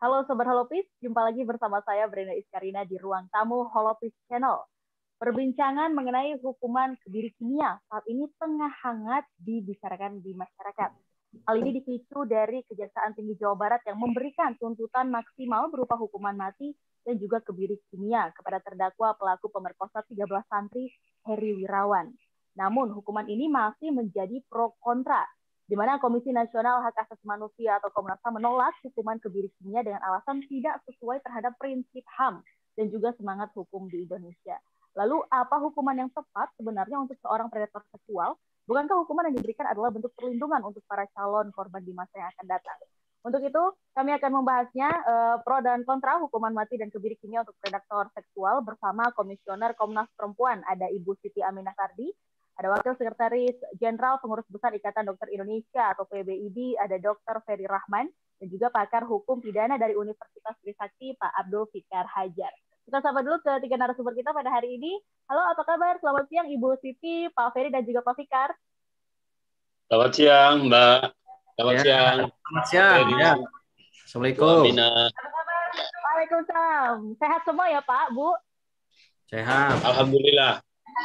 Halo Sobat Holopis, jumpa lagi bersama saya Brenda Iskarina di ruang tamu Holopis Channel. Perbincangan mengenai hukuman kebiri kimia saat ini tengah hangat dibicarakan di masyarakat. Hal ini dipicu dari Kejaksaan Tinggi Jawa Barat yang memberikan tuntutan maksimal berupa hukuman mati dan juga kebiri kimia kepada terdakwa pelaku pemerkosa 13 santri Heri Wirawan. Namun hukuman ini masih menjadi pro kontra, di mana Komisi Nasional Hak Asasi Manusia atau Komnas HAM menolak hukuman kebiri kimia dengan alasan tidak sesuai terhadap prinsip HAM dan juga semangat hukum di Indonesia. Lalu apa hukuman yang tepat sebenarnya untuk seorang predator seksual? Bukankah hukuman yang diberikan adalah bentuk perlindungan untuk para calon korban di masa yang akan datang? Untuk itu, kami akan membahasnya pro dan kontra hukuman mati dan kebiri kimia untuk predator seksual bersama Komisioner Komnas Perempuan, ada Ibu Siti Aminah Sardi, ada Wakil Sekretaris Jenderal Pengurus Besar Ikatan Dokter Indonesia atau PBID, ada Dr. Ferry Rahman, dan juga pakar hukum pidana dari Universitas Trisakti, Pak Abdul Fikar Hajar. Kita sapa dulu ke tiga narasumber kita pada hari ini. Halo, apa kabar? Selamat siang Ibu Siti, Pak Ferry, dan juga Pak Fikar. Selamat siang, Mbak. Selamat siang. Selamat siang. Ya. Assalamualaikum. Apa kabar? Waalaikumsalam. Sehat semua ya Pak, Bu? Sehat. Alhamdulillah.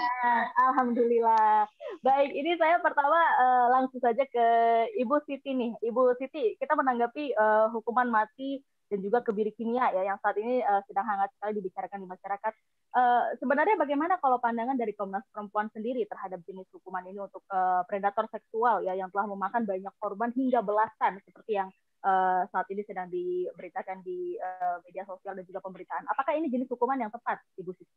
Alhamdulillah. Baik, ini saya pertama langsung saja ke Ibu Siti nih. Ibu Siti, kita menanggapi hukuman mati dan juga kebiri kimia ya yang saat ini sedang hangat sekali dibicarakan di masyarakat. Sebenarnya bagaimana kalau pandangan dari Komnas Perempuan sendiri terhadap jenis hukuman ini untuk predator seksual ya yang telah memakan banyak korban hingga belasan seperti yang saat ini sedang diberitakan di media sosial dan juga pemberitaan. Apakah ini jenis hukuman yang tepat, Ibu Siti?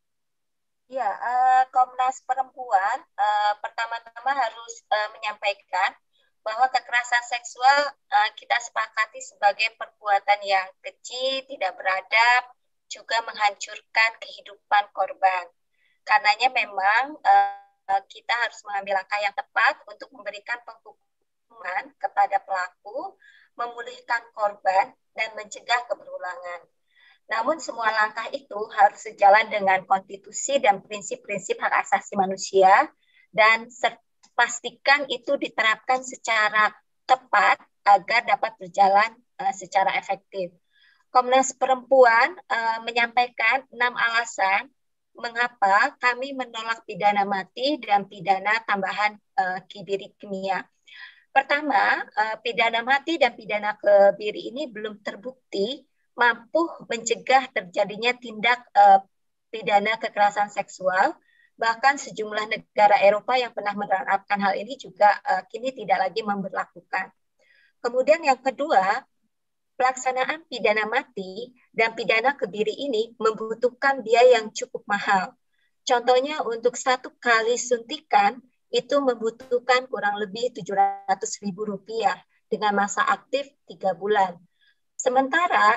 Ya, Komnas Perempuan pertama-tama harus menyampaikan bahwa kekerasan seksual kita sepakati sebagai perbuatan yang keji, tidak beradab, juga menghancurkan kehidupan korban. Karenanya memang kita harus mengambil langkah yang tepat untuk memberikan penghukuman kepada pelaku, memulihkan korban, dan mencegah keberulangan. Namun semua langkah itu harus sejalan dengan konstitusi dan prinsip-prinsip hak asasi manusia dan pastikan itu diterapkan secara tepat agar dapat berjalan secara efektif. Komnas Perempuan menyampaikan 6 alasan mengapa kami menolak pidana mati dan pidana tambahan kebiri kimia. Pertama, pidana mati dan pidana kebiri ini belum terbukti mampu mencegah terjadinya tindak pidana kekerasan seksual. Bahkan sejumlah negara Eropa yang pernah menerapkan hal ini juga kini tidak lagi memberlakukan. Kemudian yang kedua, pelaksanaan pidana mati dan pidana kebiri ini membutuhkan biaya yang cukup mahal. Contohnya untuk 1 kali suntikan itu membutuhkan kurang lebih Rp700.000 dengan masa aktif 3 bulan. Sementara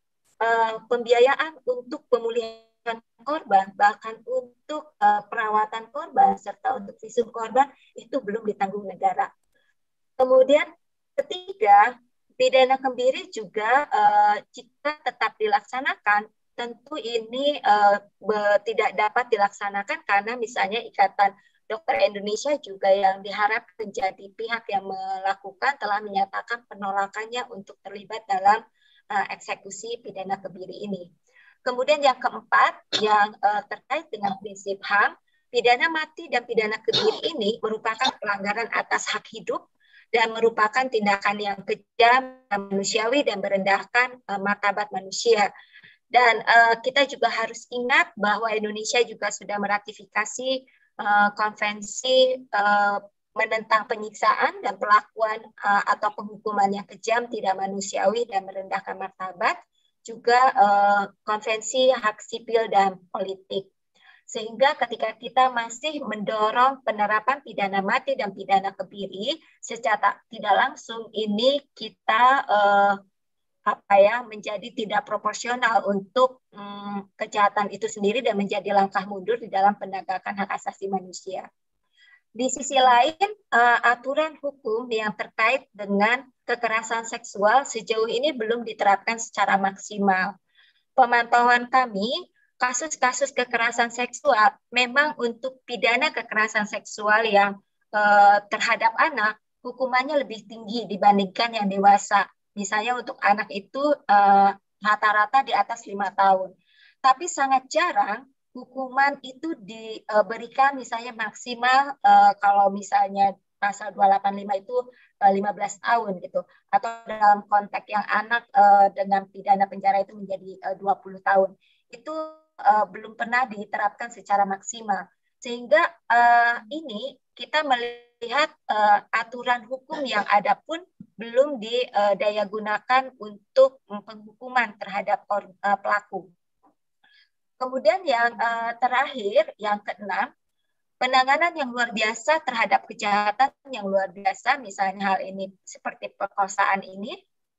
pembiayaan untuk pemulihan korban, bahkan untuk perawatan korban, serta untuk visum korban, itu belum ditanggung negara. Kemudian ketiga, pidana kebiri juga jika tetap dilaksanakan, tentu ini tidak dapat dilaksanakan karena misalnya Ikatan Dokter Indonesia juga yang diharap menjadi pihak yang melakukan telah menyatakan penolakannya untuk terlibat dalam eksekusi pidana kebiri ini. Kemudian yang keempat, yang terkait dengan prinsip HAM, pidana mati dan pidana kebiri ini merupakan pelanggaran atas hak hidup dan merupakan tindakan yang kejam, manusiawi, dan merendahkan martabat manusia. Dan kita juga harus ingat bahwa Indonesia juga sudah meratifikasi konvensi menentang penyiksaan dan perlakuan atau penghukuman yang kejam, tidak manusiawi, dan merendahkan martabat, juga konvensi hak sipil dan politik. Sehingga ketika kita masih mendorong penerapan pidana mati dan pidana kebiri, secara tidak langsung ini kita menjadi tidak proporsional untuk kejahatan itu sendiri dan menjadi langkah mundur di dalam penegakan hak asasi manusia. Di sisi lain, aturan hukum yang terkait dengan kekerasan seksual sejauh ini belum diterapkan secara maksimal. Pemantauan kami, kasus-kasus kekerasan seksual memang untuk pidana kekerasan seksual yang terhadap anak, hukumannya lebih tinggi dibandingkan yang dewasa. Misalnya untuk anak itu rata-rata di atas 5 tahun. Tapi sangat jarang hukuman itu diberikan misalnya maksimal kalau misalnya pasal 285 itu 15 tahun gitu. Atau dalam konteks yang anak dengan pidana penjara itu menjadi 20 tahun. Itu belum pernah diterapkan secara maksimal. Sehingga ini kita melihat aturan hukum yang ada pun belum didaya gunakan untuk penghukuman terhadap pelaku. Kemudian yang terakhir, yang keenam, penanganan yang luar biasa terhadap kejahatan yang luar biasa, misalnya hal ini seperti perkosaan ini,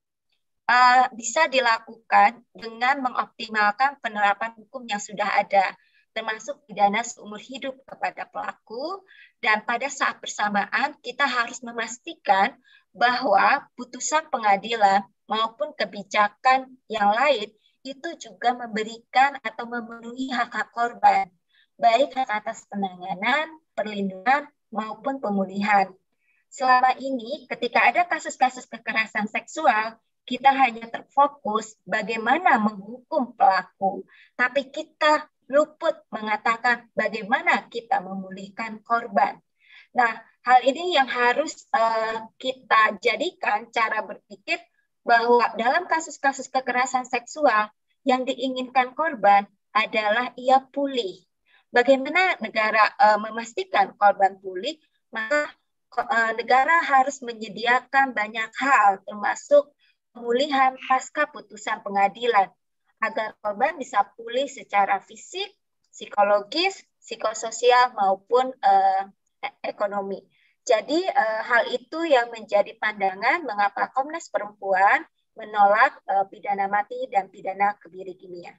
bisa dilakukan dengan mengoptimalkan penerapan hukum yang sudah ada, termasuk pidana seumur hidup kepada pelaku, dan pada saat bersamaan kita harus memastikan bahwa putusan pengadilan maupun kebijakan yang lain itu juga memberikan atau memenuhi hak-hak korban, baik hak atas penanganan, perlindungan, maupun pemulihan. Selama ini, ketika ada kasus-kasus kekerasan seksual, kita hanya terfokus bagaimana menghukum pelaku, tapi kita luput mengatakan bagaimana kita memulihkan korban. Nah, hal ini yang harus kita jadikan cara berpikir bahwa dalam kasus-kasus kekerasan seksual yang diinginkan korban adalah ia pulih. Bagaimana negara memastikan korban pulih? Maka negara harus menyediakan banyak hal, termasuk pemulihan pasca putusan pengadilan, agar korban bisa pulih secara fisik, psikologis, psikososial, maupun ekonomi. Jadi hal itu yang menjadi pandangan mengapa Komnas Perempuan menolak pidana mati dan pidana kebiri kimia.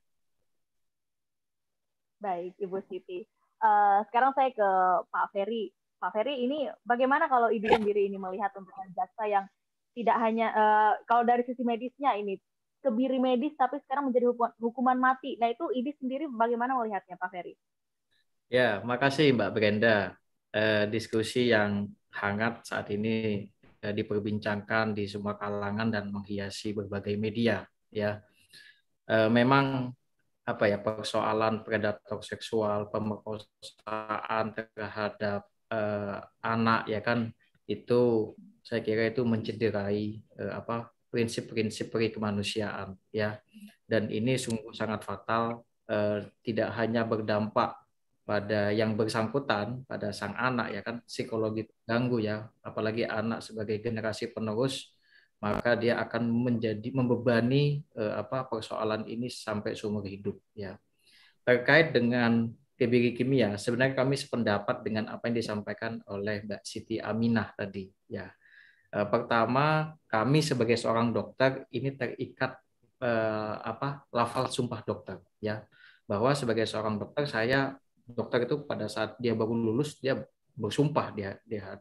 Baik, Ibu Siti. Sekarang saya ke Pak Ferry. Pak Ferry, ini bagaimana kalau Ibu sendiri ini melihat tuntutan jaksa yang tidak hanya, kalau dari sisi medisnya ini, kebiri medis tapi sekarang menjadi hukuman mati. Nah itu Ibu sendiri bagaimana melihatnya, Pak Ferry? Ya, makasih Mbak Brenda. Diskusi yang hangat saat ini diperbincangkan di semua kalangan dan menghiasi berbagai media. Ya, memang persoalan predator seksual, pemerkosaan terhadap anak ya kan, itu saya kira itu mencederai prinsip-prinsip kemanusiaan ya, dan ini sungguh sangat fatal, tidak hanya berdampak pada yang bersangkutan, pada sang anak ya kan, psikologi terganggu ya, apalagi anak sebagai generasi penerus, maka dia akan membebani persoalan ini sampai seumur hidup ya. Terkait dengan kebiri kimia, sebenarnya kami sependapat dengan apa yang disampaikan oleh Mbak Siti Aminah tadi ya. Pertama, kami sebagai seorang dokter ini terikat lafal sumpah dokter ya, bahwa sebagai seorang dokter, dokter itu pada saat dia baru lulus dia bersumpah, dia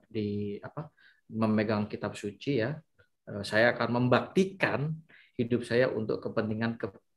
memegang kitab suci ya, saya akan membaktikan hidup saya untuk kepentingan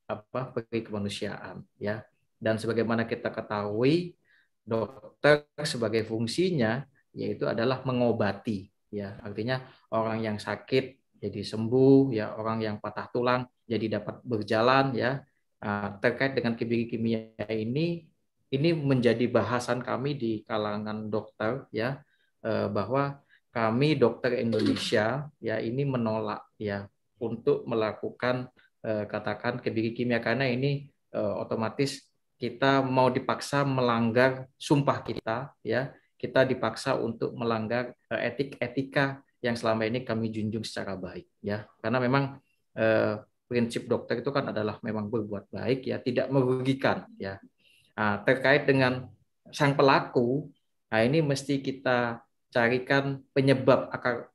kemanusiaan ya. Dan sebagaimana kita ketahui, dokter sebagai fungsinya yaitu adalah mengobati ya, artinya orang yang sakit jadi sembuh ya, orang yang patah tulang jadi dapat berjalan ya. Terkait dengan kebiri kimia ini menjadi bahasan kami di kalangan dokter ya, bahwa kami dokter Indonesia ya ini menolak ya untuk melakukan katakan kebiri kimia, karena ini otomatis kita mau dipaksa melanggar sumpah kita ya, kita dipaksa untuk melanggar etika yang selama ini kami junjung secara baik ya, karena memang prinsip dokter itu kan adalah memang berbuat baik ya, tidak merugikan ya. Nah, terkait dengan sang pelaku, nah ini mesti kita carikan penyebab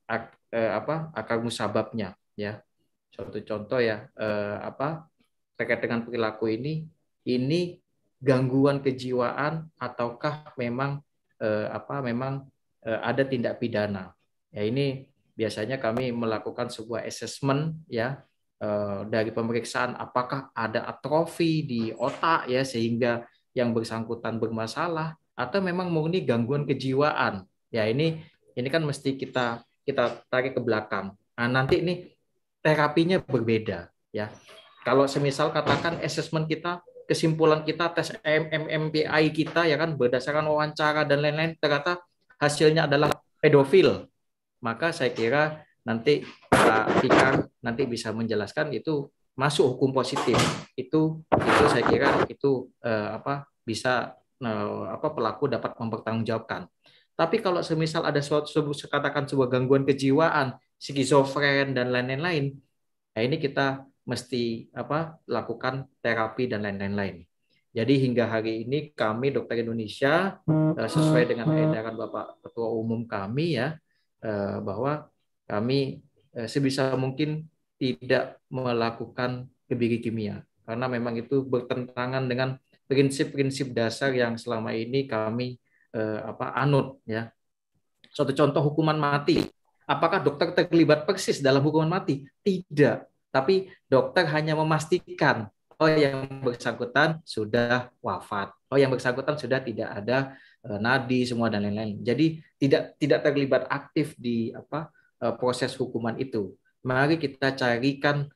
akar musababnya ya. Suatu contoh ya, terkait dengan perilaku ini gangguan kejiwaan ataukah memang ada tindak pidana. Ya, ini biasanya kami melakukan sebuah assessment ya, dari pemeriksaan apakah ada atrofi di otak ya sehingga yang bersangkutan bermasalah, atau memang murni gangguan kejiwaan. Ya, ini kan mesti kita tarik ke belakang. Nah, nanti ini terapinya berbeda ya. Kalau semisal katakan asesmen kita, kesimpulan kita, tes MMPI kita ya kan berdasarkan wawancara dan lain-lain ternyata hasilnya adalah pedofil, maka saya kira nanti Pak Fikar nanti bisa menjelaskan itu masuk hukum positif. Itu saya kira itu bisa pelaku dapat mempertanggungjawabkan. Tapi kalau semisal ada katakan sebuah gangguan kejiwaan, skizofren dan lain-lain, nah ini kita mesti lakukan terapi dan lain-lain. Jadi hingga hari ini kami Dokter Indonesia sesuai dengan edaran Bapak Ketua Umum kami ya, bahwa kami sebisa mungkin tidak melakukan kebiri kimia karena memang itu bertentangan dengan prinsip-prinsip dasar yang selama ini kami anut ya. Suatu contoh hukuman mati. Apakah dokter terlibat persis dalam hukuman mati? Tidak. Tapi dokter hanya memastikan yang bersangkutan sudah wafat. Yang bersangkutan sudah tidak ada nadi semua dan lain-lain. Jadi tidak terlibat aktif di proses hukuman itu. Mari kita carikan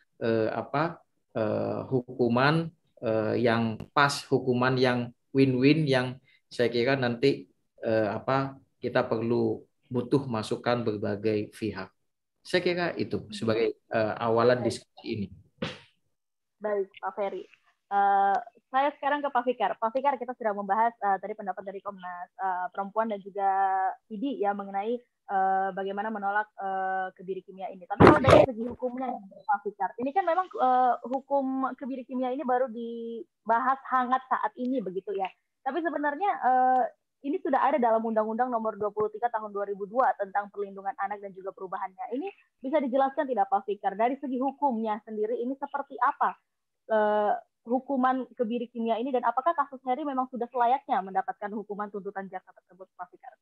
hukuman yang pas, hukuman yang win-win, yang saya kira nanti kita perlu butuh masukan berbagai pihak. Saya kira itu sebagai awalan diskusi ini. Baik, Pak Ferry. Saya sekarang ke Pak Fikar. Pak Fikar, kita sudah membahas tadi pendapat dari Komnas Perempuan dan juga IDI ya mengenai bagaimana menolak kebiri kimia ini. Tapi kalau dari segi hukumnya, Pak Fikar, ini kan memang hukum kebiri kimia ini baru dibahas hangat saat ini begitu ya. Tapi sebenarnya ini sudah ada dalam Undang-Undang Nomor 23 Tahun 2002 tentang perlindungan anak dan juga perubahannya. Ini bisa dijelaskan tidak Pak Fikar? Dari segi hukumnya sendiri ini seperti apa hukuman kebiri kimia ini, dan apakah kasus Heri memang sudah selayaknya mendapatkan hukuman tuntutan jaksa tersebut, Pak Fikar?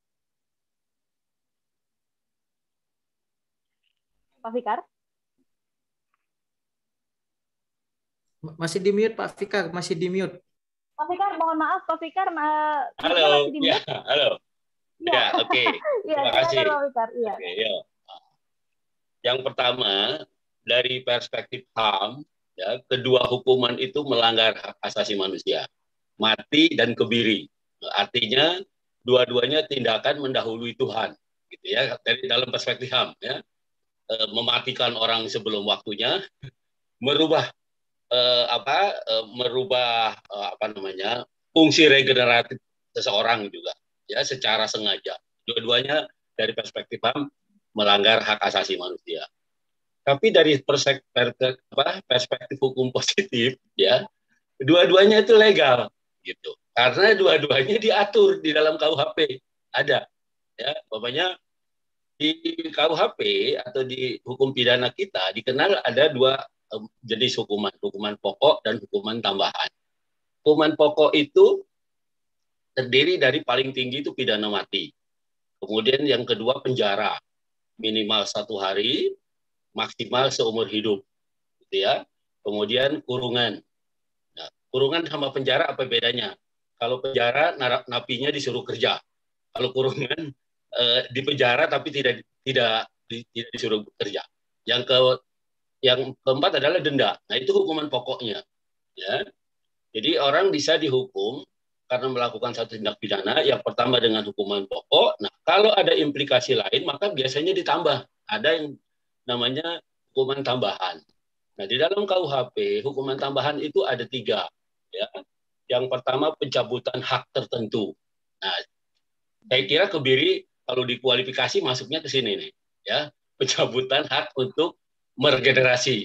Pak Fikar? Masih di mute Pak Fikar, masih di mute. Pak Fikar, mohon maaf Pak Fikar. Halo, ya, halo. Ya, oke. Ya, terima kasih. Pak Fikar. Ya. Oke, yuk. Yang pertama, dari perspektif HAM, ya, kedua hukuman itu melanggar hak asasi manusia, mati dan kebiri. Artinya dua-duanya tindakan mendahului Tuhan, gitu ya. Dari dalam perspektif HAM, ya, mematikan orang sebelum waktunya, merubah fungsi regeneratif seseorang juga, ya, secara sengaja. Dua-duanya dari perspektif HAM melanggar hak asasi manusia. Tapi dari perspektif hukum positif, ya, dua-duanya itu legal, gitu. Karena dua-duanya diatur di dalam KUHP, ada, ya, bapaknya di KUHP atau di hukum pidana kita dikenal ada dua jenis hukuman pokok dan hukuman tambahan. Hukuman pokok itu terdiri dari paling tinggi itu pidana mati. Kemudian yang kedua penjara minimal 1 hari, maksimal seumur hidup, gitu ya. Kemudian kurungan. Nah, kurungan sama penjara apa bedanya? Kalau penjara napinya disuruh kerja, kalau kurungan di penjara tapi tidak disuruh kerja. Yang keempat adalah denda. Nah, itu hukuman pokoknya, ya. Jadi orang bisa dihukum karena melakukan satu tindak pidana. Yang pertama dengan hukuman pokok. Nah, kalau ada implikasi lain, maka biasanya ditambah. Ada yang namanya hukuman tambahan. Nah, di dalam KUHP, hukuman tambahan itu ada 3. Ya. Yang pertama pencabutan hak tertentu. Nah, saya kira kebiri kalau dikualifikasi masuknya ke sini nih, ya, pencabutan hak untuk meregenerasi,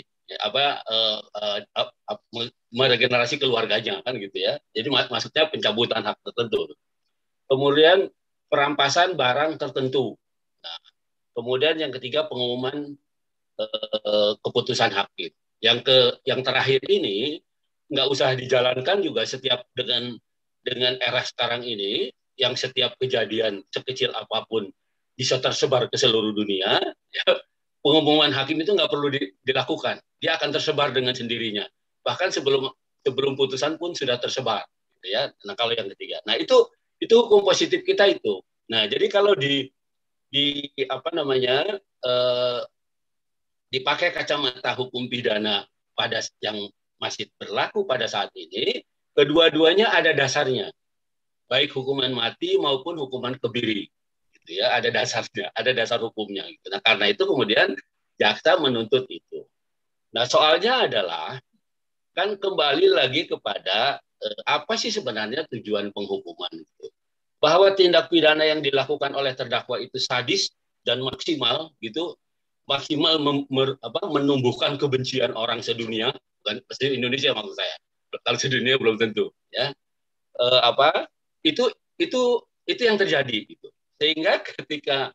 meregenerasi keluarganya, kan gitu ya. Jadi maksudnya pencabutan hak tertentu. Kemudian perampasan barang tertentu. Nah, kemudian yang ketiga pengumuman keputusan hakim. Yang terakhir ini nggak usah dijalankan juga setiap dengan era sekarang ini, yang setiap kejadian sekecil apapun bisa tersebar ke seluruh dunia, ya, pengumuman hakim itu nggak perlu dilakukan. Dia akan tersebar dengan sendirinya. Bahkan sebelum putusan pun sudah tersebar, gitu ya. Nah, kalau yang ketiga. Nah, itu hukum positif kita itu. Nah, jadi kalau dipakai kacamata hukum pidana pada yang masih berlaku pada saat ini, kedua-duanya ada dasarnya, baik hukuman mati maupun hukuman kebiri, gitu ya, ada dasarnya, ada dasar hukumnya. Gitu. Nah, karena itu kemudian jaksa menuntut itu. Nah, soalnya adalah kan kembali lagi kepada apa sih sebenarnya tujuan penghukuman itu? Bahwa tindak pidana yang dilakukan oleh terdakwa itu sadis dan maksimal, gitu, maksimal menumbuhkan kebencian orang sedunia, bukan pasti Indonesia maksud saya. Kalau sedunia belum tentu, ya. Apa itu yang terjadi, gitu. Sehingga ketika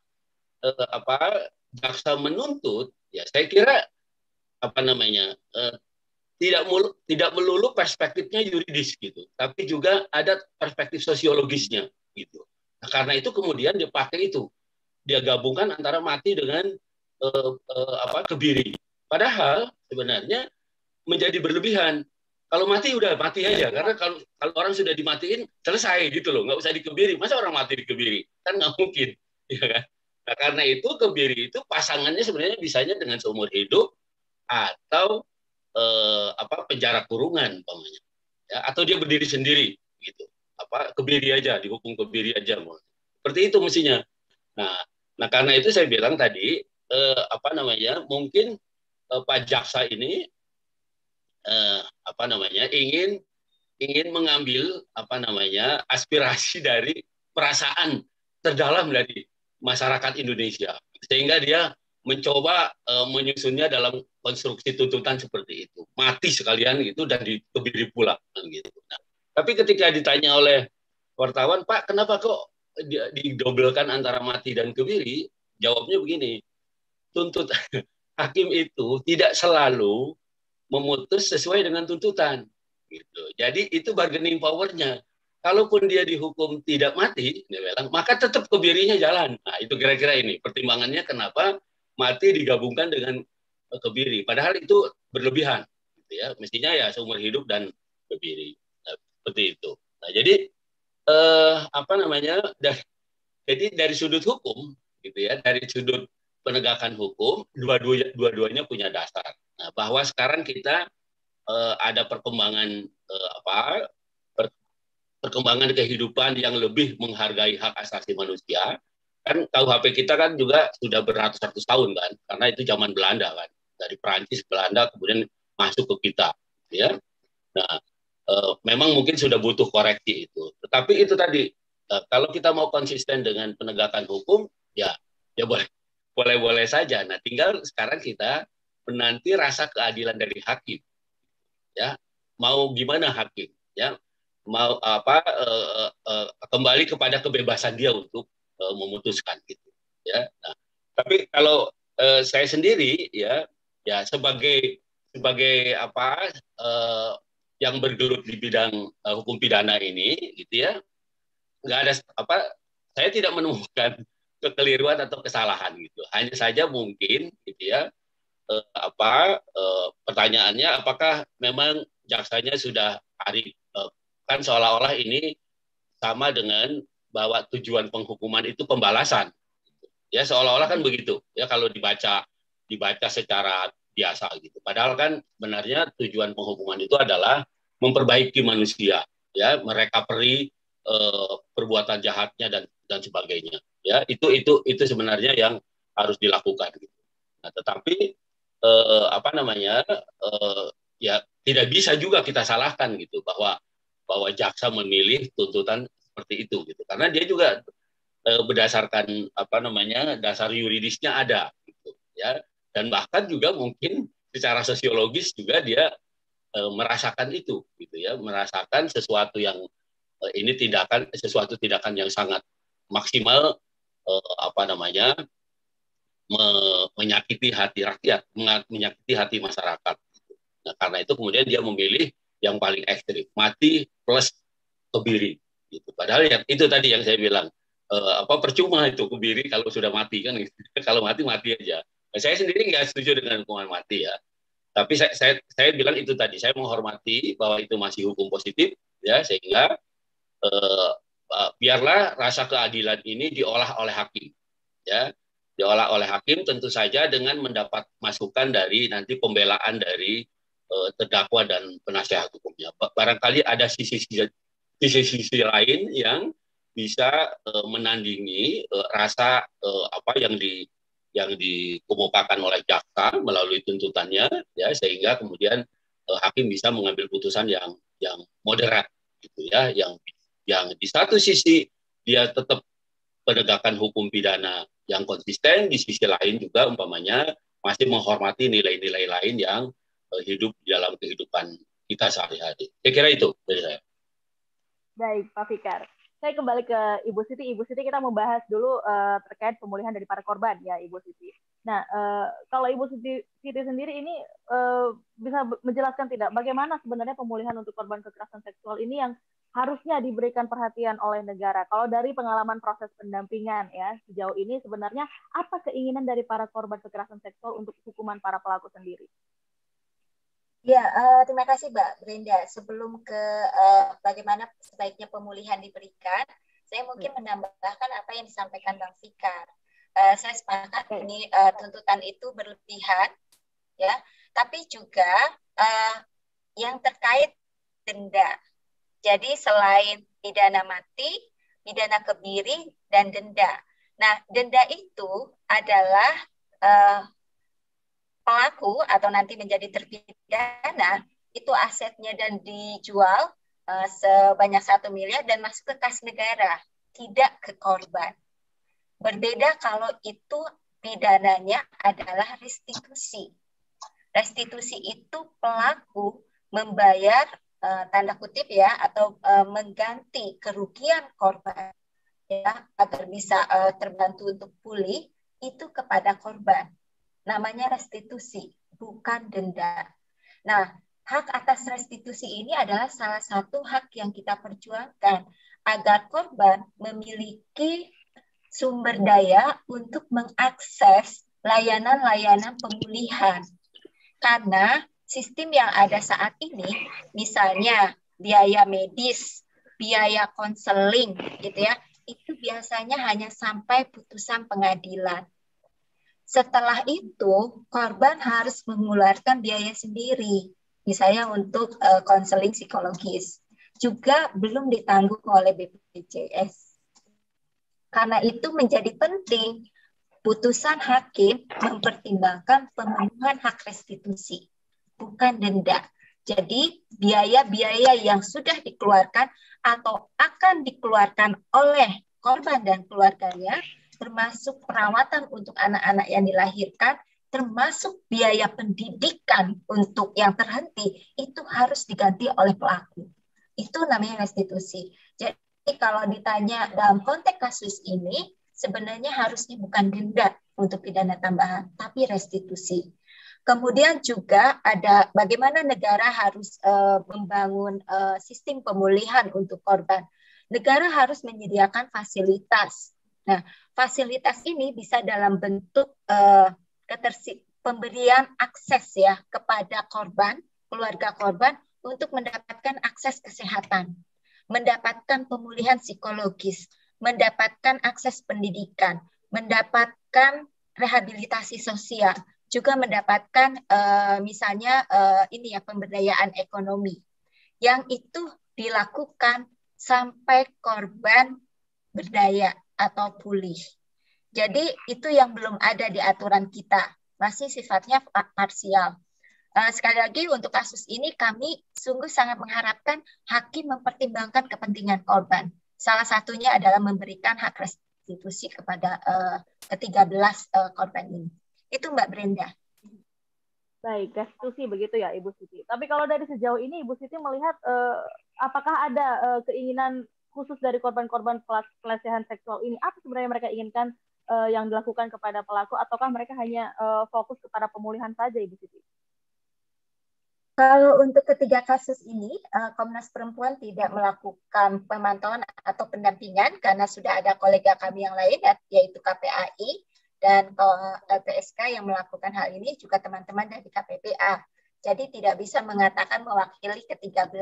jaksa menuntut, ya saya kira tidak melulu perspektifnya yuridis, gitu, tapi juga ada perspektif sosiologisnya, gitu. Nah, karena itu kemudian dipakai itu, dia gabungkan antara mati dengan kebiri. Padahal sebenarnya menjadi berlebihan. Kalau mati udah mati aja, karena kalau orang sudah dimatiin selesai, gitu loh, nggak usah dikebiri. Masa orang mati dikebiri? Kan nggak mungkin, ya kan? Nah, karena itu kebiri itu pasangannya sebenarnya bisanya dengan seumur hidup atau penjara kurungan, umpamanya, ya, atau dia berdiri sendiri, gitu. Kebiri aja, dihukum kebiri aja, seperti itu mestinya. Nah, karena itu saya bilang tadi, mungkin Pak Jaksa ini ingin mengambil aspirasi dari perasaan terdalam dari masyarakat Indonesia, sehingga dia mencoba menyusunnya dalam konstruksi tuntutan seperti itu, mati sekalian gitu dan dikebiri pula, gitu. Nah, tapi ketika ditanya oleh wartawan, Pak, kenapa kok didobelkan antara mati dan kebiri? Jawabnya begini, hakim itu tidak selalu memutus sesuai dengan tuntutan, gitu. Jadi itu bargaining power-nya. Kalaupun dia dihukum tidak mati, dia bilang, maka tetap kebirinya jalan. Nah, itu kira-kira ini pertimbangannya kenapa mati digabungkan dengan kebiri. Padahal itu berlebihan, gitu ya. Mestinya ya seumur hidup dan kebiri. Nah, seperti itu. Nah, jadi jadi dari sudut hukum, gitu ya, dari sudut penegakan hukum, dua-duanya punya dasar. Nah, bahwa sekarang kita ada perkembangan perkembangan kehidupan yang lebih menghargai hak asasi manusia. Kan KUHP kita kan juga sudah beratus-ratus tahun kan, karena itu zaman Belanda kan, dari Perancis, Belanda kemudian masuk ke kita, ya. Nah, memang mungkin sudah butuh koreksi itu. Tetapi itu tadi, kalau kita mau konsisten dengan penegakan hukum, ya boleh saja. Nah, tinggal sekarang kita menanti rasa keadilan dari hakim, ya. Mau gimana hakim, ya? Mau kembali kepada kebebasan dia untuk memutuskan, gitu, ya. Nah, tapi kalau saya sendiri, ya sebagai yang bergelut di bidang hukum pidana ini, gitu ya, nggak ada saya tidak menemukan kekeliruan atau kesalahan, gitu. Hanya saja mungkin, gitu ya, pertanyaannya apakah memang jaksanya sudah tarik, kan seolah-olah ini sama dengan bahwa tujuan penghukuman itu pembalasan, ya, seolah-olah kan begitu, ya, kalau dibaca secara biasa, gitu. Padahal kan sebenarnya tujuan penghukuman itu adalah memperbaiki manusia, ya, merekaperi perbuatan jahatnya dan sebagainya, ya. Itu sebenarnya yang harus dilakukan, gitu. Nah, tetapi ya tidak bisa juga kita salahkan, gitu, bahwa jaksa memilih tuntutan seperti itu, gitu, karena dia juga berdasarkan dasar yuridisnya ada, gitu, ya, dan bahkan juga mungkin secara sosiologis juga dia merasakan itu, gitu ya, merasakan sesuatu yang ini sesuatu tindakan yang sangat maksimal, menyakiti hati rakyat, menyakiti hati masyarakat. Nah, karena itu kemudian dia memilih yang paling ekstrim, mati plus kebiri, gitu. Padahal itu tadi yang saya bilang, percuma itu kebiri kalau sudah mati kan, gitu. Kalau mati aja. Nah, saya sendiri nggak setuju dengan hukuman mati, ya. Tapi saya bilang itu tadi, saya menghormati bahwa itu masih hukum positif, ya, sehingga biarlah rasa keadilan ini diolah oleh hakim, ya. diolah oleh hakim tentu saja dengan mendapat masukan dari nanti pembelaan dari terdakwa dan penasihat hukumnya. Barangkali ada sisi lain yang bisa menandingi rasa apa yang dikemukakan oleh jaksa melalui tuntutannya, ya, sehingga kemudian hakim bisa mengambil putusan yang moderat, gitu ya, yang di satu sisi dia tetap penegakan hukum pidana yang konsisten, di sisi lain juga umpamanya masih menghormati nilai-nilai lain yang hidup di dalam kehidupan kita sehari-hari. Saya kira itu dari saya. Baik, Pak Fikar. Saya kembali ke Ibu Siti. Ibu Siti, kita membahas dulu terkait pemulihan dari para korban, ya, Ibu Siti. Nah, kalau Ibu Siti sendiri ini bisa menjelaskan tidak bagaimana sebenarnya pemulihan untuk korban kekerasan seksual ini yang harusnya diberikan perhatian oleh negara. Kalau dari pengalaman proses pendampingan, ya, sejauh ini sebenarnya apa keinginan dari para korban kekerasan seksual untuk hukuman para pelaku sendiri? Ya, terima kasih Mbak Brenda. Sebelum ke bagaimana sebaiknya pemulihan diberikan, saya mungkin menambahkan apa yang disampaikan Bang Fikar. Saya sepakat ini tuntutan itu berlebihan, ya, tapi juga yang terkait denda. Jadi selain pidana mati, pidana kebiri, dan denda. Nah, denda itu adalah pelaku atau nanti menjadi terpidana itu asetnya dan dijual sebanyak 1 miliar dan masuk ke kas negara, tidak ke korban. Berbeda kalau itu pidananya adalah restitusi. Restitusi itu pelaku membayar tanda kutip ya atau mengganti kerugian korban ya agar bisa terbantu untuk pulih itu kepada korban. Namanya restitusi, bukan denda. Nah, hak atas restitusi ini adalah salah satu hak yang kita perjuangkan agar korban memiliki sumber daya untuk mengakses layanan-layanan pemulihan. Karena sistem yang ada saat ini, misalnya biaya medis, biaya konseling, gitu ya, itu biasanya hanya sampai putusan pengadilan. Setelah itu, korban harus mengeluarkan biaya sendiri, misalnya untuk konseling psikologis. Juga belum ditanggung oleh BPJS. Karena itu menjadi penting putusan hakim mempertimbangkan pemenuhan hak restitusi, bukan denda. Jadi biaya-biaya yang sudah dikeluarkan atau akan dikeluarkan oleh korban dan keluarganya, termasuk perawatan untuk anak-anak yang dilahirkan, termasuk biaya pendidikan untuk yang terhenti, itu harus diganti oleh pelaku. Itu namanya restitusi. Jadi kalau ditanya dalam konteks kasus ini, sebenarnya harusnya bukan denda untuk pidana tambahan, tapi restitusi. Kemudian juga ada bagaimana negara harus membangun sistem pemulihan untuk korban. Negara harus menyediakan fasilitas. Nah, fasilitas ini bisa dalam bentuk pemberian akses ya kepada korban, keluarga korban untuk mendapatkan akses kesehatan, mendapatkan pemulihan psikologis, mendapatkan akses pendidikan, mendapatkan rehabilitasi sosial, juga mendapatkan misalnya ini ya pemberdayaan ekonomi. Yang itu dilakukan sampai korban berdaya atau pulih. Jadi itu yang belum ada di aturan kita, masih sifatnya parsial. Sekali lagi untuk kasus ini kami sungguh sangat mengharapkan hakim mempertimbangkan kepentingan korban. Salah satunya adalah memberikan hak restitusi kepada ke-13 korban ini. Itu Mbak Brenda. Baik, restitusi begitu ya Ibu Siti. Tapi kalau dari sejauh ini Ibu Siti melihat apakah ada keinginan khusus dari korban-korban pelecehan seksual ini, apa sebenarnya mereka inginkan yang dilakukan kepada pelaku, ataukah mereka hanya fokus kepada pemulihan saja, Ibu Siti? Kalau untuk ketiga kasus ini, Komnas Perempuan tidak melakukan pemantauan atau pendampingan karena sudah ada kolega kami yang lain, yaitu KPAI dan LPSK yang melakukan hal ini, juga teman-teman dari KPPA. Jadi tidak bisa mengatakan mewakili ke-13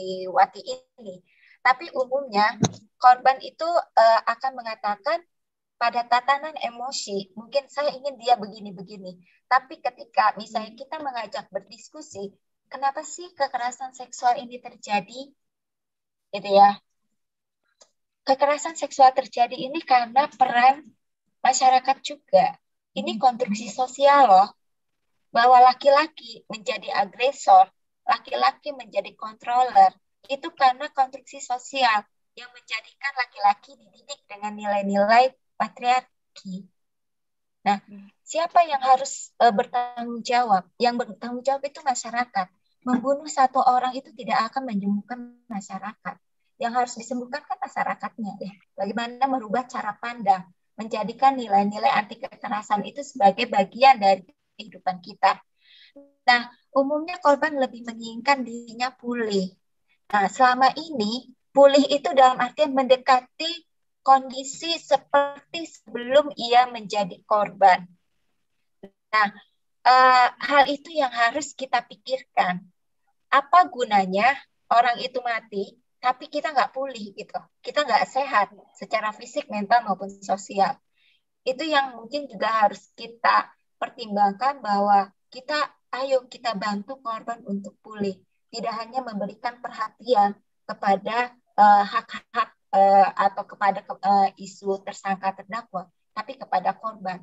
santriwati ini. Tapi umumnya korban itu akan mengatakan pada tatanan emosi, mungkin saya ingin dia begini-begini. Tapi ketika misalnya kita mengajak berdiskusi, kenapa sih kekerasan seksual ini terjadi? Gitu ya. Kekerasan seksual terjadi ini karena peran masyarakat juga. Ini konstruksi sosial loh. Bahwa laki-laki menjadi agresor, laki-laki menjadi controller, itu karena konstruksi sosial yang menjadikan laki-laki dididik dengan nilai-nilai patriarki. Nah, siapa yang harus bertanggung jawab? Yang bertanggung jawab itu masyarakat. Membunuh satu orang itu tidak akan menyembuhkan masyarakat. Yang harus disembuhkan kan masyarakatnya. Ya. Bagaimana merubah cara pandang, menjadikan nilai-nilai anti kekerasan itu sebagai bagian dari kehidupan kita. Nah, umumnya korban lebih menginginkan dirinya pulih. Nah, selama ini pulih itu dalam artian mendekati kondisi seperti sebelum ia menjadi korban. Nah, hal itu yang harus kita pikirkan. Apa gunanya orang itu mati, tapi kita nggak pulih gitu. Kita nggak sehat secara fisik, mental maupun sosial. Itu yang mungkin juga harus kita pertimbangkan bahwa ayo kita bantu korban untuk pulih. Tidak hanya memberikan perhatian kepada hak-hak atau kepada isu tersangka terdakwa, tapi kepada korban.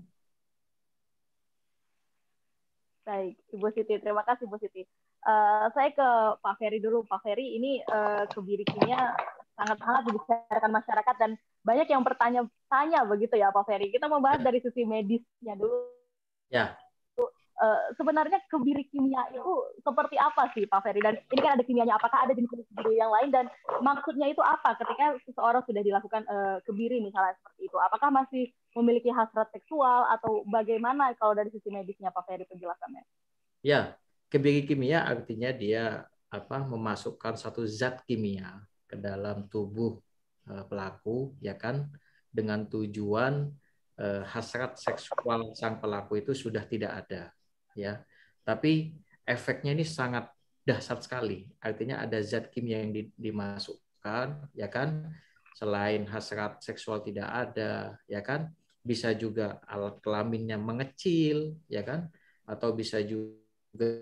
Baik, Ibu Siti. Terima kasih, Ibu Siti. Saya ke Pak Ferry dulu. Pak Ferry, ini kebiri kimia sangat-sangat dibicarakan masyarakat dan banyak yang bertanya-tanya begitu ya, Pak Ferry. Kita membahas dari sisi medisnya dulu. Ya. Sebenarnya kebiri kimia itu seperti apa sih, Pak Ferry? Dan ini kan ada kimianya. Apakah ada jenis kebiri yang lain dan maksudnya itu apa ketika seseorang sudah dilakukan kebiri misalnya seperti itu? Apakah masih memiliki hasrat seksual atau bagaimana kalau dari sisi medisnya, Pak Ferry, penjelasannya? Ya, kebiri kimia artinya dia memasukkan satu zat kimia ke dalam tubuh pelaku, ya kan, dengan tujuan hasrat seksual sang pelaku itu sudah tidak ada, ya. Tapi efeknya ini sangat dahsyat sekali. Artinya ada zat kimia yang dimasukkan, ya kan. Selain hasrat seksual tidak ada, ya kan. Bisa juga alat kelaminnya mengecil, ya kan. Atau bisa juga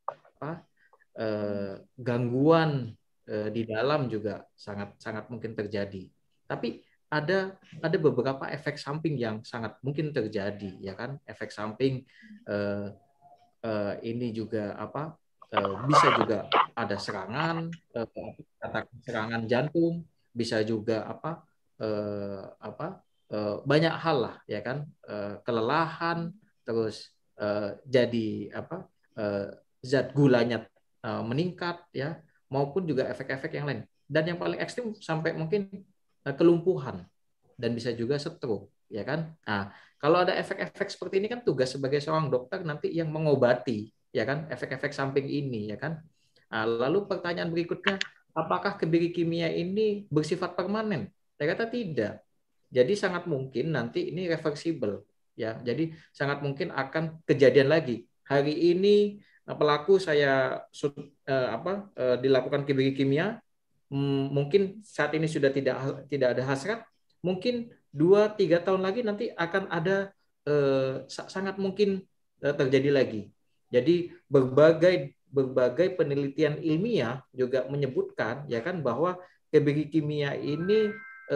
gangguan di dalam juga sangat mungkin terjadi. Tapi ada beberapa efek samping yang sangat mungkin terjadi, ya kan. Efek samping ini juga bisa juga ada serangan serangan jantung, bisa juga banyak hal lah, ya kan. Kelelahan, terus jadi zat gulanya meningkat, ya, maupun juga efek-efek yang lain. Dan yang paling ekstrim sampai mungkin kelumpuhan dan bisa juga stroke, ya kan. Nah, kalau ada efek-efek seperti ini kan tugas sebagai seorang dokter nanti yang mengobati, ya kan, efek-efek samping ini, ya kan. Nah, lalu pertanyaan berikutnya, apakah kebiri kimia ini bersifat permanen? Saya kata tidak. Jadi sangat mungkin nanti ini reversible, ya. Jadi sangat mungkin akan kejadian lagi. Hari ini pelaku saya dilakukan kebiri kimia, mungkin saat ini sudah tidak ada hasrat, mungkin 2-3 tahun lagi nanti akan ada sangat mungkin terjadi lagi. Jadi berbagai penelitian ilmiah juga menyebutkan, ya kan, bahwa kebiri kimia ini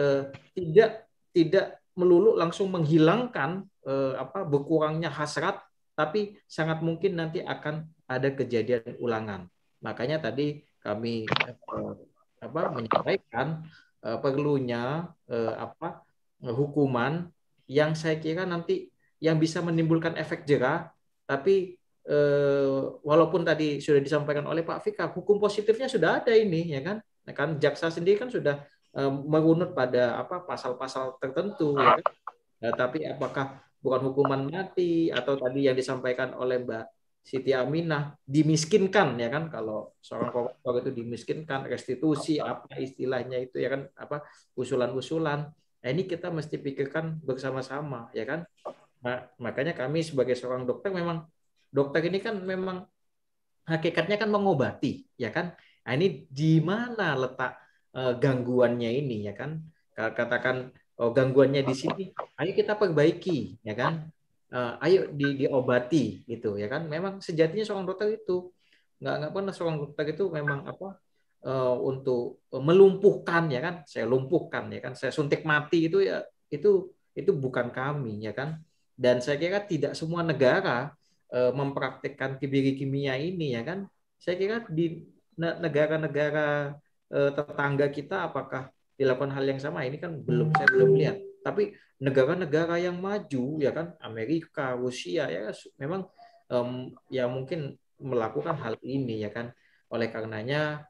tidak melulu langsung menghilangkan berkurangnya hasrat, tapi sangat mungkin nanti akan ada kejadian ulangan. Makanya tadi kami menyampaikan perlunya hukuman yang saya kira nanti yang bisa menimbulkan efek jera, tapi walaupun tadi sudah disampaikan oleh Pak Fikar, hukum positifnya sudah ada ini, ya kan. Nah, kan jaksa sendiri kan sudah merunut pada pasal-pasal tertentu, ya kan? Tapi apakah bukan hukuman mati atau tadi yang disampaikan oleh Mbak Siti Aminah dimiskinkan, ya kan, kalau seorang koruptor itu dimiskinkan, restitusi apa istilahnya itu, ya kan, usulan-usulan. Nah, ini kita mesti pikirkan bersama-sama, ya kan. Nah, makanya kami sebagai seorang dokter, memang dokter ini kan memang hakikatnya kan mengobati, ya kan. Nah, ini di mana letak gangguannya ini, ya kan. Katakan gangguannya di sini, ayo kita perbaiki, ya kan? Ayo diobati, gitu, ya kan? Memang sejatinya seorang dokter itu nggak pernah seorang dokter itu memang apa untuk melumpuhkan, ya kan? Saya lumpuhkan, ya kan? Saya suntik mati itu ya itu bukan kami, ya kan? Dan saya kira tidak semua negara mempraktikkan kebiri kimia ini, ya kan? Saya kira di negara-negara tetangga kita apakah dilakukan hal yang sama, ini kan saya belum lihat. Tapi negara-negara yang maju, ya kan, Amerika, Rusia, ya memang ya mungkin melakukan hal ini, ya kan. Oleh karenanya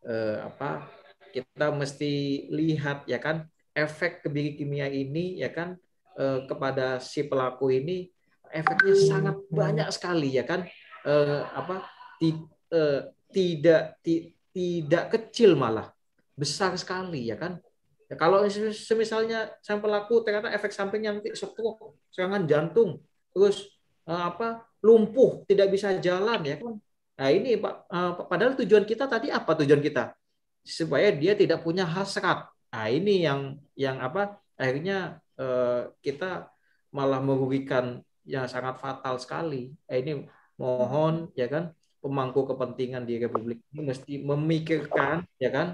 kita mesti lihat, ya kan, efek kebiri kimia ini, ya kan, kepada si pelaku ini efeknya sangat banyak sekali, ya kan. Tidak kecil, malah besar sekali, ya kan. Ya, kalau misalnya sang pelaku ternyata efek sampingnya nanti stroke, serangan jantung, terus lumpuh, tidak bisa jalan, ya kan. Nah ini Pak, padahal tujuan kita tadi apa? Tujuan kita supaya dia tidak punya hasrat. Nah ini yang akhirnya kita malah merugikan yang sangat fatal sekali. Ini mohon, ya kan, pemangku kepentingan di Republik ini mesti memikirkan, ya kan,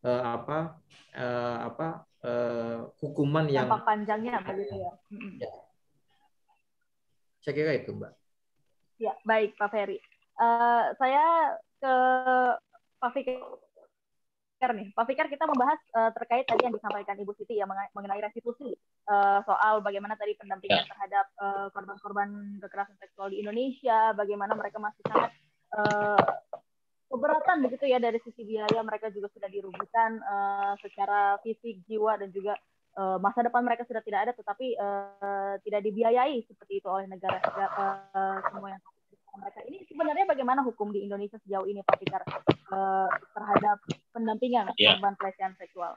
hukuman yang dampak panjangnya begitu ya. Ya. Saya kira itu, Mbak. Ya, baik Pak Ferry. Saya ke Pak Fikar nih. Pak Fikar, kita membahas terkait tadi yang disampaikan Ibu Siti ya mengenai restitusi, soal bagaimana tadi pendampingan terhadap korban-korban kekerasan seksual di Indonesia, bagaimana mereka masih sangat keberatan begitu ya dari sisi biaya, mereka juga sudah dirugikan secara fisik, jiwa, dan juga masa depan mereka sudah tidak ada, tetapi tidak dibiayai seperti itu oleh negara semua yang mereka. Ini sebenarnya bagaimana hukum di Indonesia sejauh ini, Pak Fikar, terhadap pendampingan korban pelecehan seksual?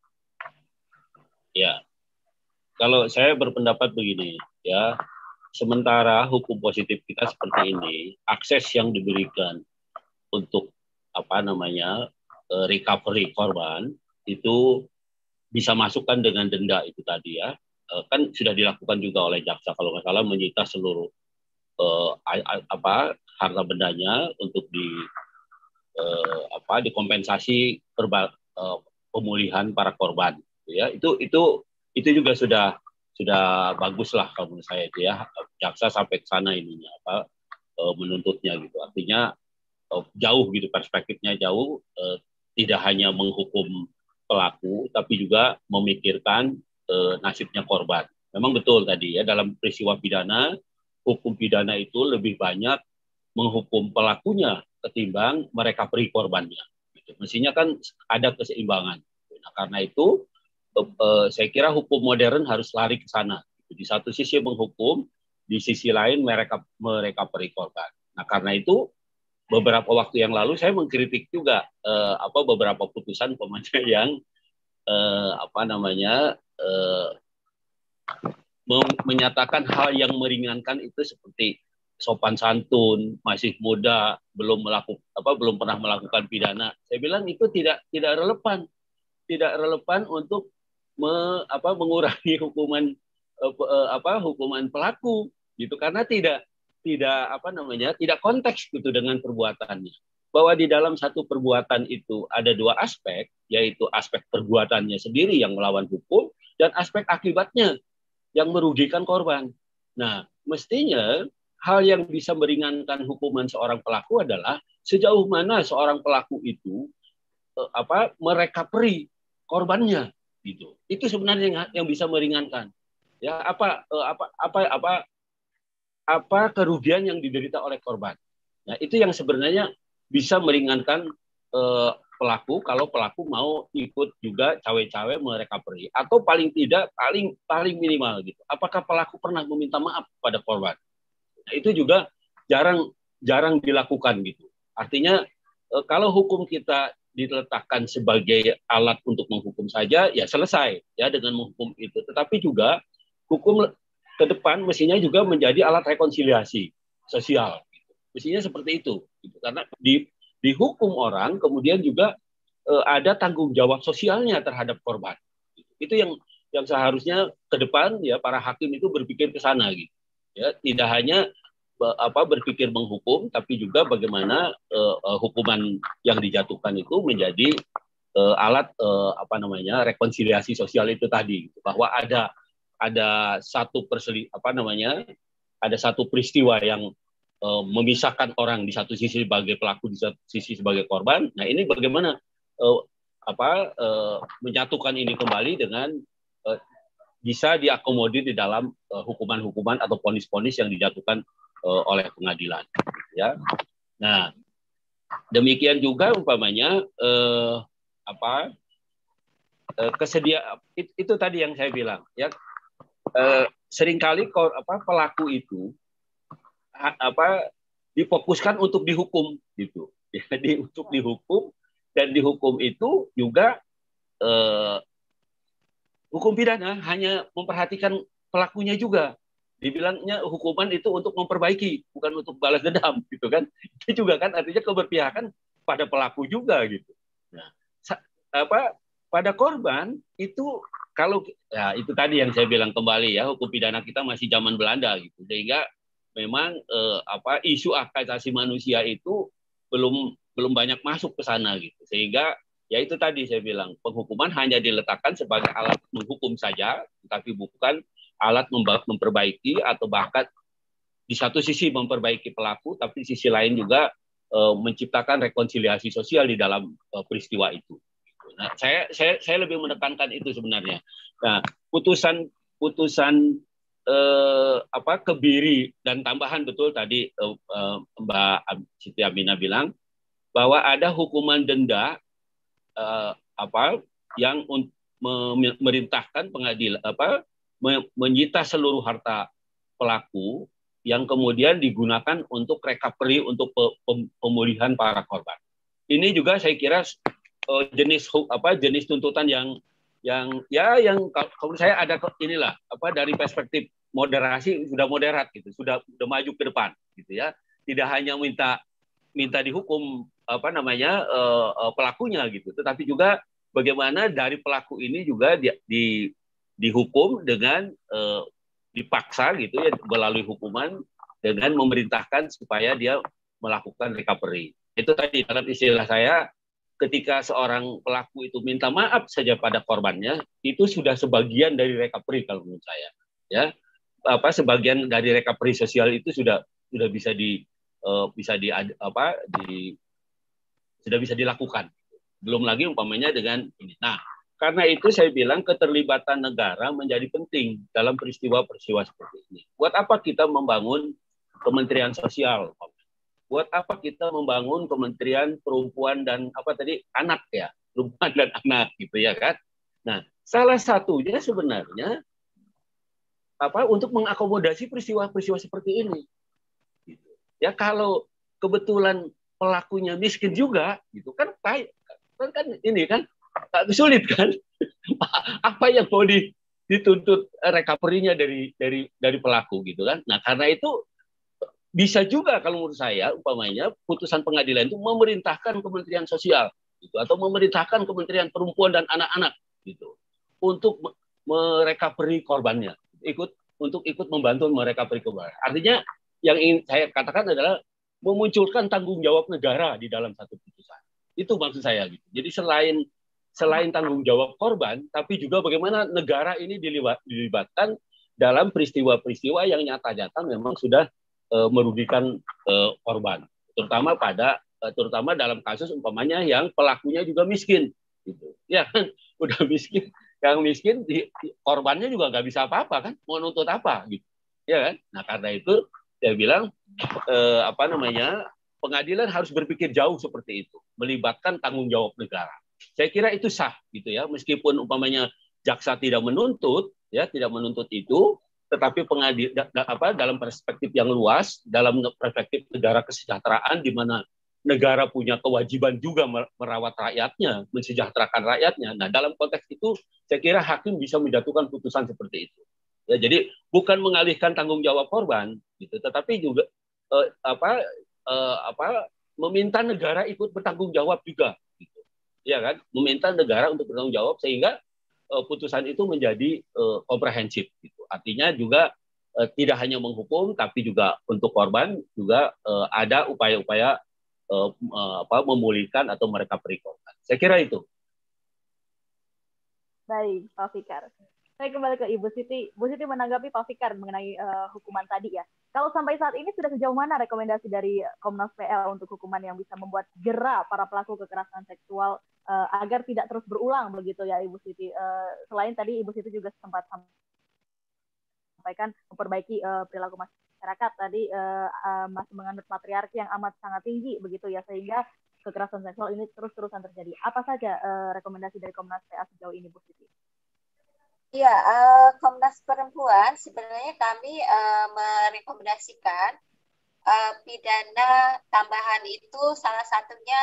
Ya, kalau saya berpendapat begini, ya, sementara hukum positif kita seperti ini, akses yang diberikan untuk recovery korban itu bisa masukkan dengan denda itu tadi ya, kan sudah dilakukan juga oleh jaksa kalau nggak salah, menyita seluruh harta bendanya untuk dikompensasi pemulihan para korban, ya. Itu juga sudah bagus lah kalau menurut saya itu ya, jaksa sampai ke sana ininya menuntutnya gitu, artinya jauh gitu, perspektifnya jauh, tidak hanya menghukum pelaku tapi juga memikirkan nasibnya korban. Memang betul tadi ya, dalam peristiwa pidana, hukum pidana itu lebih banyak menghukum pelakunya ketimbang mereka beri korbannya. Gitu. Mestinya kan ada keseimbangan. Nah, karena itu saya kira hukum modern harus lari ke sana. Di satu sisi menghukum, di sisi lain mereka beri korban. Nah, karena itu beberapa waktu yang lalu saya mengkritik juga beberapa putusan pemanja yang menyatakan hal yang meringankan itu seperti sopan santun, masih muda, belum pernah melakukan pidana. Saya bilang itu tidak relevan untuk mengurangi hukuman pelaku gitu, karena tidak konteks gitu dengan perbuatannya. Bahwa di dalam satu perbuatan itu ada dua aspek, yaitu aspek perbuatannya sendiri yang melawan hukum dan aspek akibatnya yang merugikan korban. Nah, mestinya hal yang bisa meringankan hukuman seorang pelaku adalah sejauh mana seorang pelaku itu merecovery korbannya gitu. Itu sebenarnya yang bisa meringankan. Ya, apa kerugian yang diderita oleh korban. Nah, itu yang sebenarnya bisa meringankan pelaku kalau pelaku mau ikut juga cawe-cawe merecovery, atau paling tidak paling minimal gitu. Apakah pelaku pernah meminta maaf pada korban? Nah, itu juga jarang dilakukan gitu. Artinya kalau hukum kita diletakkan sebagai alat untuk menghukum saja, ya selesai ya dengan menghukum itu. Tetapi juga hukum ke depan mestinya juga menjadi alat rekonsiliasi sosial. Gitu. Mestinya seperti itu. Gitu. Karena dihukum orang, kemudian juga ada tanggung jawab sosialnya terhadap korban. Itu yang yang seharusnya ke depan ya para hakim itu berpikir ke sana gitu. Ya, tidak hanya berpikir menghukum, tapi juga bagaimana hukuman yang dijatuhkan itu menjadi alat rekonsiliasi sosial itu tadi, gitu. Bahwa ada satu ada satu peristiwa yang memisahkan orang di satu sisi sebagai pelaku, di satu sisi sebagai korban. Nah ini bagaimana menyatukan ini kembali dengan bisa diakomodir di dalam hukuman-hukuman atau ponis-ponis yang dijatuhkan oleh pengadilan, ya. Nah, demikian juga umpamanya itu tadi yang saya bilang, ya. Seringkali pelaku itu difokuskan untuk dihukum gitu. Jadi untuk dihukum, dan dihukum itu juga hukum pidana hanya memperhatikan pelakunya juga. Dibilangnya hukuman itu untuk memperbaiki, bukan untuk balas dendam, gitu kan? Itu juga kan artinya keberpihakan pada pelaku juga gitu. Nah, pada korban itu kalau ya itu tadi yang saya bilang kembali ya, hukum pidana kita masih zaman Belanda gitu, sehingga memang isu hak asasi manusia itu belum banyak masuk ke sana gitu, sehingga ya itu tadi saya bilang penghukuman hanya diletakkan sebagai alat menghukum saja, tapi bukan alat memperbaiki atau bahkan di satu sisi memperbaiki pelaku, tapi di sisi lain juga menciptakan rekonsiliasi sosial di dalam peristiwa itu. Nah, saya lebih menekankan itu sebenarnya. Nah, putusan Kebiri dan tambahan betul tadi Mbak Siti Aminah bilang bahwa ada hukuman denda yang memerintahkan pengadilan menyita seluruh harta pelaku yang kemudian digunakan untuk recovery, untuk pemulihan para korban. Ini juga saya kira jenis tuntutan yang kalau saya ada inilah dari perspektif moderasi sudah moderat gitu, sudah maju ke depan gitu ya. Tidak hanya minta dihukum pelakunya gitu, tetapi juga bagaimana dari pelaku ini juga dihukum dengan dipaksa gitu ya, melalui hukuman dengan memerintahkan supaya dia melakukan recovery. Itu tadi dalam istilah saya, ketika seorang pelaku itu minta maaf saja pada korbannya, itu sudah sebagian dari recovery kalau menurut saya. Ya, sebagian dari recovery sosial itu sudah bisa dilakukan. Belum lagi umpamanya dengan ini. Nah, karena itu saya bilang keterlibatan negara menjadi penting dalam peristiwa-peristiwa seperti ini. Buat apa kita membangun Kementerian Sosial? Buat apa kita membangun Kementerian Perempuan dan anak ya, perempuan dan anak gitu ya kan? Nah, salah satunya sebenarnya untuk mengakomodasi peristiwa-peristiwa seperti ini. Gitu. Ya kalau kebetulan pelakunya miskin juga, gitu kan ini kan sulit kan? Apa yang mau dituntut recovery-nya dari pelaku gitu kan? Nah karena itu bisa juga kalau menurut saya umpamanya putusan pengadilan itu memerintahkan Kementerian Sosial gitu, atau memerintahkan Kementerian Perempuan dan Anak-anak gitu untuk merecovery korbannya, untuk ikut membantu merecovery korban. Artinya yang ingin saya katakan adalah memunculkan tanggung jawab negara di dalam satu putusan. Itu maksud saya gitu. Jadi selain tanggung jawab korban, tapi juga bagaimana negara ini dilibatkan dalam peristiwa-peristiwa yang nyata-nyata memang sudah merugikan korban, terutama dalam kasus umpamanya yang pelakunya juga miskin, gitu. Ya kan, udah miskin, yang miskin korbannya juga nggak bisa apa-apa kan, mau nuntut apa, gitu. Ya kan. Nah karena itu saya bilang pengadilan harus berpikir jauh seperti itu, melibatkan tanggung jawab negara. Saya kira itu sah gitu ya, meskipun umpamanya jaksa tidak menuntut itu, tetapi dalam perspektif yang luas, dalam perspektif negara kesejahteraan di mana negara punya kewajiban juga merawat rakyatnya, mensejahterakan rakyatnya. Nah, dalam konteks itu saya kira hakim bisa menjatuhkan putusan seperti itu. Ya, jadi bukan mengalihkan tanggung jawab korban gitu, tetapi juga meminta negara ikut bertanggung jawab juga gitu. Ya kan? Meminta negara untuk bertanggung jawab sehingga putusan itu menjadi komprehensif gitu. Artinya juga tidak hanya menghukum tapi juga untuk korban juga ada upaya-upaya memulihkan atau merecovery korban. Saya kira itu. Baik, Pak Fikar. Saya kembali ke Ibu Siti. Bu Siti menanggapi Pak Fikar mengenai hukuman tadi ya. Kalau sampai saat ini sudah sejauh mana rekomendasi dari Komnas PL untuk hukuman yang bisa membuat jera para pelaku kekerasan seksual agar tidak terus berulang begitu ya Ibu Siti. Selain tadi Ibu Siti juga sempat sampaikan memperbaiki perilaku masyarakat tadi masih menganut patriarki yang amat sangat tinggi begitu ya, sehingga kekerasan seksual ini terus-terusan terjadi. Apa saja rekomendasi dari Komnas PA sejauh ini, Bu Siti? Ya, Komnas Perempuan sebenarnya kami merekomendasikan pidana tambahan itu salah satunya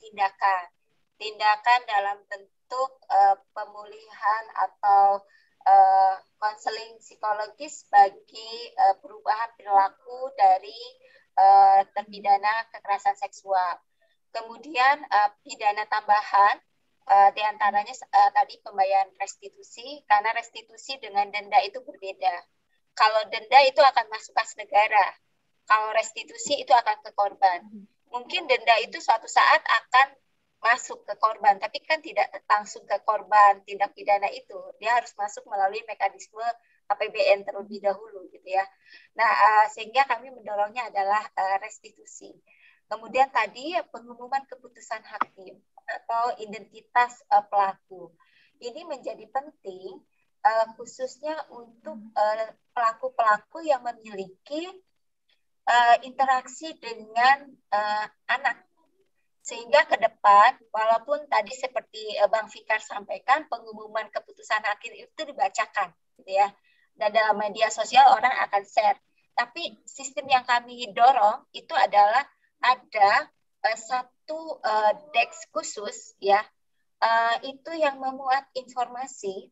tindakan dalam bentuk pemulihan atau konseling psikologis bagi perubahan perilaku dari terpidana kekerasan seksual. Kemudian pidana tambahan diantaranya tadi pembayaran restitusi, karena restitusi dengan denda itu berbeda. Kalau denda itu akan masuk kas negara, kalau restitusi itu akan ke korban. Mungkin denda itu suatu saat akan masuk ke korban, tapi kan tidak langsung ke korban tindak pidana itu. Dia harus masuk melalui mekanisme APBN terlebih dahulu, gitu ya. Nah, sehingga kami mendorongnya adalah restitusi. Kemudian tadi pengumuman keputusan hakim atau identitas pelaku. Ini menjadi penting khususnya untuk pelaku-pelaku yang memiliki interaksi dengan anak. Sehingga ke depan, walaupun tadi seperti Bang Fikar sampaikan, pengumuman keputusan hakim itu dibacakan, gitu ya. Dan dalam media sosial orang akan share. Tapi sistem yang kami dorong itu adalah ada satu desk khusus, ya, itu yang memuat informasi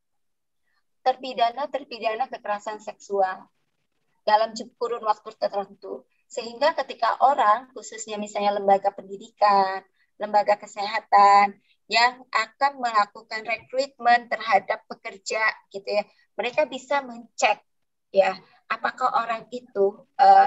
terpidana kekerasan seksual dalam kurun waktu tertentu. Sehingga ketika orang, khususnya misalnya lembaga pendidikan, lembaga kesehatan, yang akan melakukan rekrutmen terhadap pekerja, gitu ya, mereka bisa mencek, ya, apakah orang itu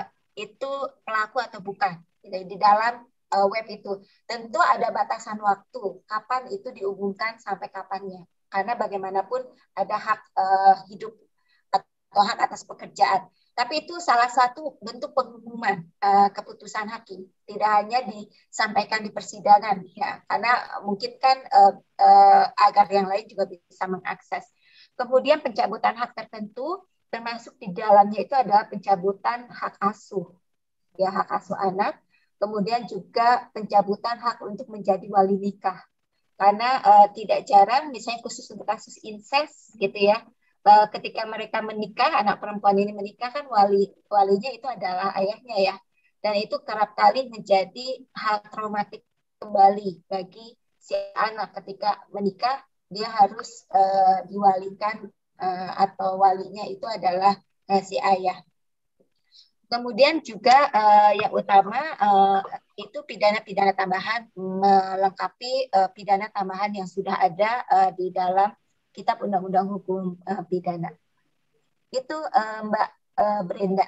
pelaku atau bukan, gitu, di dalam web itu. Tentu ada batasan waktu, kapan itu diumumkan sampai kapannya. Karena bagaimanapun ada hak hidup atau hak atas pekerjaan. Tapi itu salah satu bentuk pengumuman keputusan hakim. Tidak hanya disampaikan di persidangan, ya, karena mungkin kan agar yang lain juga bisa mengakses. Kemudian pencabutan hak tertentu, termasuk di dalamnya itu adalah pencabutan hak asuh, ya, hak asuh anak. Kemudian juga pencabutan hak untuk menjadi wali nikah. Karena tidak jarang, misalnya khusus untuk kasus incest, gitu ya, ketika mereka menikah, anak perempuan ini menikah, kan walinya itu adalah ayahnya, ya, dan itu kerap kali menjadi hal traumatik kembali bagi si anak. Ketika menikah dia harus diwalikan atau walinya itu adalah si ayah. Kemudian juga yang utama itu pidana-pidana tambahan melengkapi pidana tambahan yang sudah ada di dalam Kitab Undang-Undang Hukum Pidana. Itu Mbak Brenda.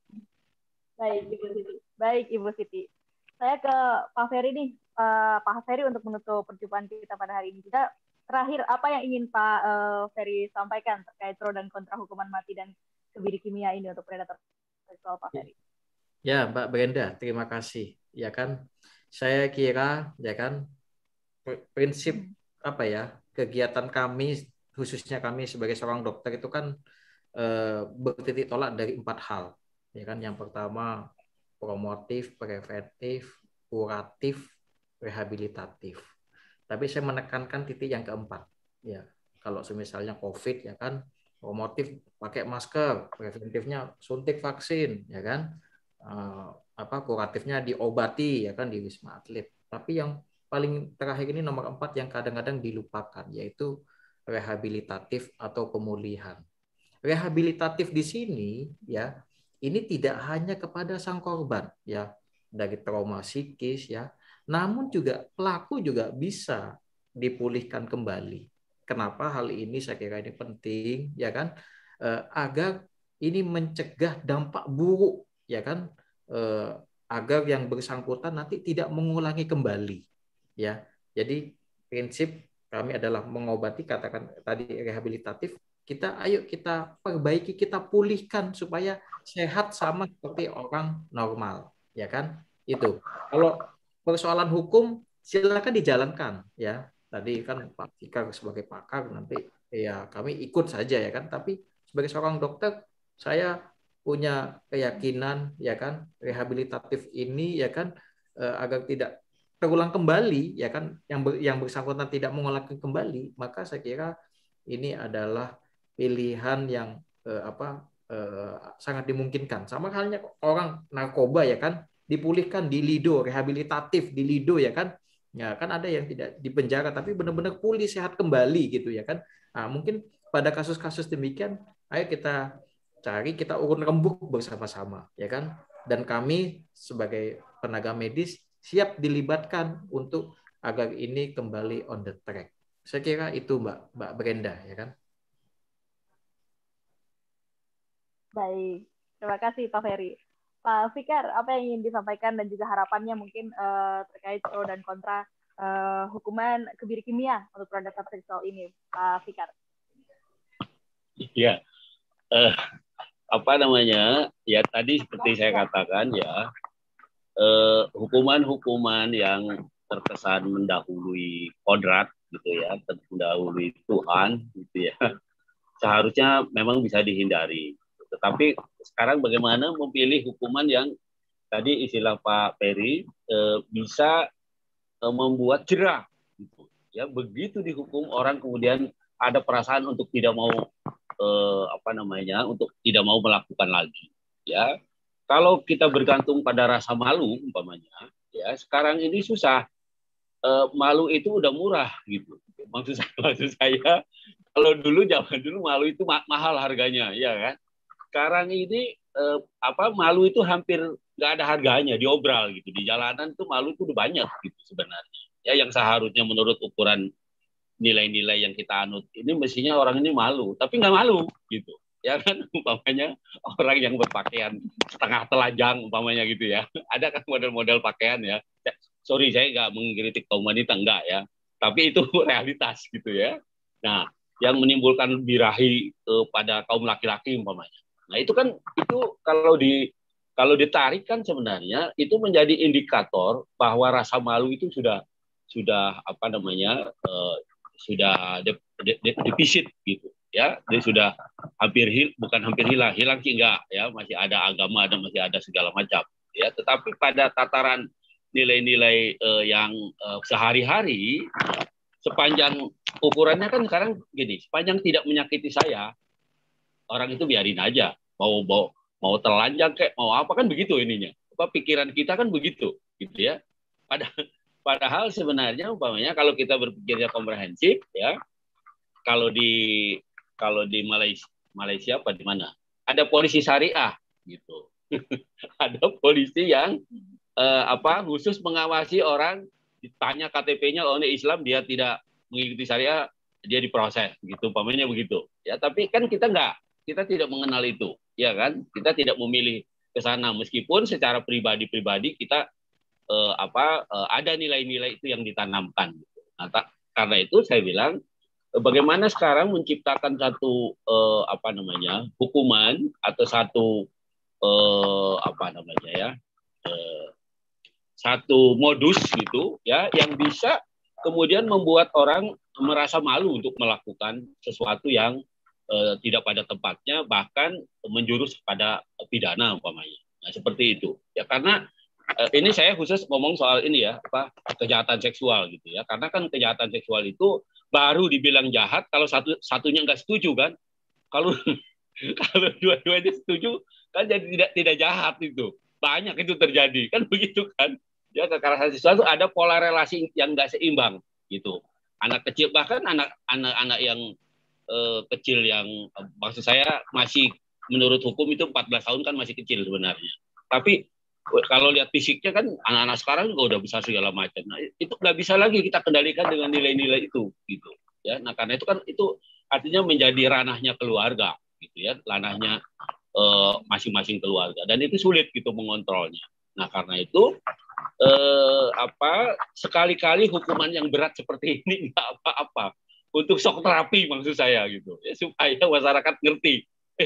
Baik, Ibu Siti. Saya ke Pak Ferry nih. Pak Ferry, untuk menutup perjumpaan kita pada hari ini. Kita terakhir, apa yang ingin Pak Ferry sampaikan terkait pro dan kontra hukuman mati dan kebiri kimia ini untuk predator seksual, Pak Ferry? Ya, Mbak Brenda, terima kasih. Ya kan, saya kira ya kan prinsip apa ya, kegiatan kami, khususnya kami sebagai seorang dokter itu kan bertitik tolak dari 4 hal, ya kan. Yang pertama promotif, preventif, kuratif, rehabilitatif. Tapi saya menekankan titik yang keempat, ya. Kalau misalnya COVID, ya kan, promotif pakai masker, preventifnya suntik vaksin, ya kan, kuratifnya diobati, ya kan, di Wisma Atlet. Tapi yang paling terakhir ini nomor 4 yang kadang-kadang dilupakan, yaitu rehabilitatif atau pemulihan. Rehabilitatif di sini, ya, ini tidak hanya kepada sang korban, ya, dari trauma psikis, ya, namun juga pelaku juga bisa dipulihkan kembali, kenapa hal ini saya kira ini penting, ya kan, agar ini mencegah dampak buruk, ya kan, agar yang bersangkutan nanti tidak mengulangi kembali, ya. Jadi prinsip kami adalah mengobati, katakan tadi rehabilitatif, ayo kita perbaiki, kita pulihkan supaya sehat sama seperti orang normal, ya kan? Itu. Kalau persoalan hukum silakan dijalankan, ya. Tadi kan Pak Fikar sebagai pakar, nanti ya kami ikut saja, ya kan. Tapi sebagai seorang dokter, saya punya keyakinan, ya kan, rehabilitatif ini, ya kan, agar tidak terulang kembali, ya kan, yang bersangkutan tidak mengulangi kembali, maka saya kira ini adalah pilihan yang sangat dimungkinkan. Sama halnya orang narkoba, ya kan, dipulihkan di Lido, rehabilitatif di Lido, ya kan. Ya kan ada yang tidak di penjara tapi benar-benar pulih sehat kembali gitu, ya kan. Nah, mungkin pada kasus-kasus demikian, ayo kita cari, kita urun rembuk bersama-sama, ya kan. Dan kami sebagai tenaga medis siap dilibatkan untuk agar ini kembali on the track. Saya kira itu Mbak Brenda, ya kan. Baik, terima kasih Pak Ferry. Pak Fikar, apa yang ingin disampaikan dan juga harapannya mungkin terkait pro dan kontra hukuman kebiri kimia untuk predator seksual ini, Pak Fikar? Iya, ya tadi seperti saya katakan ya, hukuman-hukuman yang terkesan mendahului kodrat gitu ya, mendahului Tuhan gitu ya, seharusnya memang bisa dihindari. Tetapi sekarang bagaimana memilih hukuman yang tadi istilah Pak Ferry bisa membuat jerah gitu. Ya, begitu dihukum orang kemudian ada perasaan untuk tidak mau untuk tidak mau melakukan lagi, ya. Kalau kita bergantung pada rasa malu umpamanya, ya sekarang ini susah. Malu itu udah murah gitu. Maksud saya kalau zaman dulu malu itu mahal harganya, ya kan. Sekarang ini malu itu hampir nggak ada harganya, diobral gitu. Di jalanan tuh malu itu udah banyak gitu sebenarnya. Ya, yang seharusnya menurut ukuran nilai-nilai yang kita anut ini mestinya orang ini malu, tapi nggak malu gitu. Ya kan, umpamanya orang yang berpakaian setengah telanjang umpamanya gitu ya. Ada kan model-model pakaian ya. Sorry, saya nggak mengkritik kaum wanita, enggak ya. Tapi itu realitas gitu ya. Nah, yang menimbulkan birahi pada kaum laki-laki umpamanya. Nah, itu kan kalau ditarik kan sebenarnya itu menjadi indikator bahwa rasa malu itu sudah defisit gitu ya. Dia sudah bukan hampir hilang sih enggak ya, masih ada agama, masih ada segala macam ya. Tetapi pada tataran nilai-nilai yang sehari-hari, sepanjang ukurannya kan sekarang gini, sepanjang tidak menyakiti saya, orang itu biarin aja, mau telanjang kayak mau apa kan begitu ininya. Pikiran kita kan begitu gitu ya. Padahal sebenarnya umpamanya kalau kita berpikirnya komprehensif ya, kalau di Malaysia apa di mana? Ada polisi syariah gitu. Ada polisi yang khusus mengawasi orang, ditanya KTP-nya, oh ini Islam, dia tidak mengikuti syariah, dia diproses gitu, umpamanya begitu. Ya, tapi kan kita tidak mengenal itu, ya kan? Kita tidak memilih ke sana, meskipun secara pribadi kita ada nilai-nilai itu yang ditanamkan. Nah, karena itu saya bilang bagaimana sekarang menciptakan satu hukuman atau satu modus gitu ya, yang bisa kemudian membuat orang merasa malu untuk melakukan sesuatu yang tidak pada tempatnya, bahkan menjurus pada pidana umpamanya. Nah, seperti itu ya, karena ini saya khusus ngomong soal ini ya, kejahatan seksual gitu ya, karena kan kejahatan seksual itu baru dibilang jahat kalau satunya nggak setuju kan. Kalau dua-duanya setuju kan jadi tidak jahat. Itu banyak itu terjadi kan, begitu kan ya. Kekerasan seksual itu ada pola relasi yang nggak seimbang gitu. Anak kecil, bahkan anak-anak yang kecil, yang maksud saya masih menurut hukum itu 14 tahun kan masih kecil sebenarnya, tapi kalau lihat fisiknya kan anak-anak sekarang juga udah besar segala macam. Nah, itu nggak bisa lagi kita kendalikan dengan nilai-nilai itu gitu ya. Nah, karena itu kan itu artinya menjadi ranahnya keluarga gitu ya, ranahnya masing-masing keluarga, dan itu sulit gitu mengontrolnya. Nah, karena itu sekali-kali hukuman yang berat seperti ini nggak apa-apa, untuk shock terapi maksud saya gitu ya, supaya masyarakat ngerti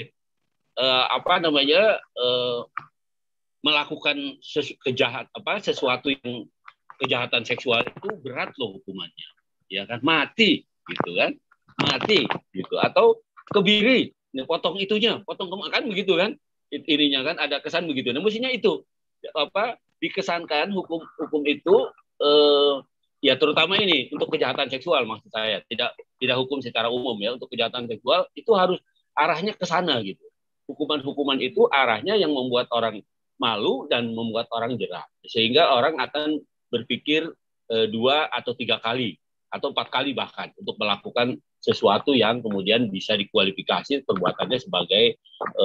melakukan sesuatu yang kejahatan seksual itu berat loh hukumannya, ya kan, mati gitu kan, mati gitu, atau kebiri, potong itunya, potong kan begitu kan, ininya kan ada kesan begitu. Nah, mestinya itu dikesankan hukum itu ya, terutama ini untuk kejahatan seksual maksud saya, tidak hukum secara umum ya, untuk kejahatan seksual itu harus arahnya ke sana gitu. Hukuman-hukuman itu arahnya yang membuat orang malu dan membuat orang jerah, sehingga orang akan berpikir 2 atau 3 kali atau 4 kali bahkan untuk melakukan sesuatu yang kemudian bisa dikualifikasi perbuatannya sebagai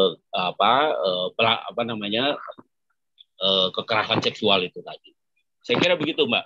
kekerasan seksual itu tadi. Saya kira begitu, Mbak.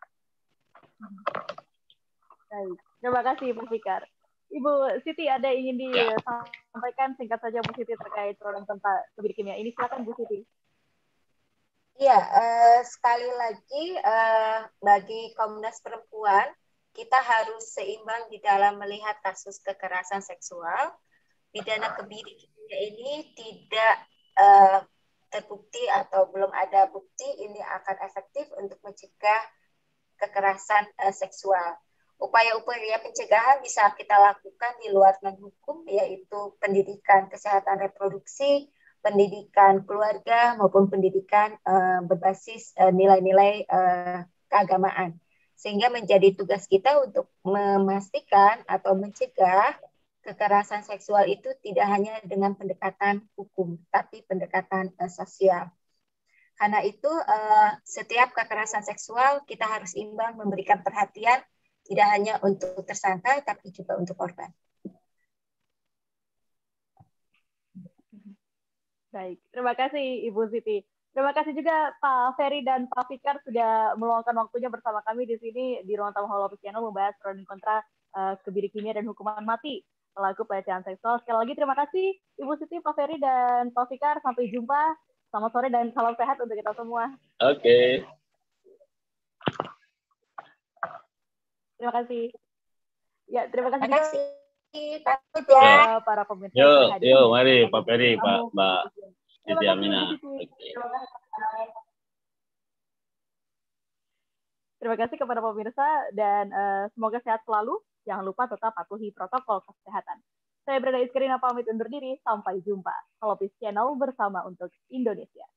Baik, terima kasih Pak Fikar. Ibu Siti, ada yang ingin disampaikan singkat saja Bu Siti terkait produk tentang kebiri kimia ini? Silakan Bu Siti. Iya, sekali lagi bagi Komnas Perempuan, kita harus seimbang di dalam melihat kasus kekerasan seksual. Pidana kebiri kimia ini tidak terbukti atau belum ada bukti ini akan efektif untuk mencegah kekerasan seksual. Upaya-upaya pencegahan bisa kita lakukan di luar non-hukum, yaitu pendidikan kesehatan reproduksi, pendidikan keluarga, maupun pendidikan berbasis nilai-nilai keagamaan. Sehingga menjadi tugas kita untuk memastikan atau mencegah kekerasan seksual itu tidak hanya dengan pendekatan hukum, tapi pendekatan sosial. Karena itu, setiap kekerasan seksual kita harus imbang memberikan perhatian, tidak hanya untuk tersangka, tapi juga untuk korban. Baik, terima kasih Ibu Siti. Terima kasih juga Pak Ferry dan Pak Fikar sudah meluangkan waktunya bersama kami di sini di Ruang Tamu Holopis Channel membahas pro dan kontra kebiri kimia dan hukuman mati pelaku pelecehan seksual. Sekali lagi terima kasih Ibu Siti, Pak Ferry, dan Pak Fikar. Sampai jumpa. Selamat sore dan salam sehat untuk kita semua. Oke. Terima kasih. Ya, terima kasih juga ya para pemirsa. Yo, mari Pak Ferry, Mbak Siti Aminah. Terima kasih kepada pemirsa dan semoga sehat selalu. Jangan lupa tetap patuhi protokol kesehatan. Saya Brenda Iskarina pamit undur diri. Sampai jumpa. Holopis Channel bersama untuk Indonesia.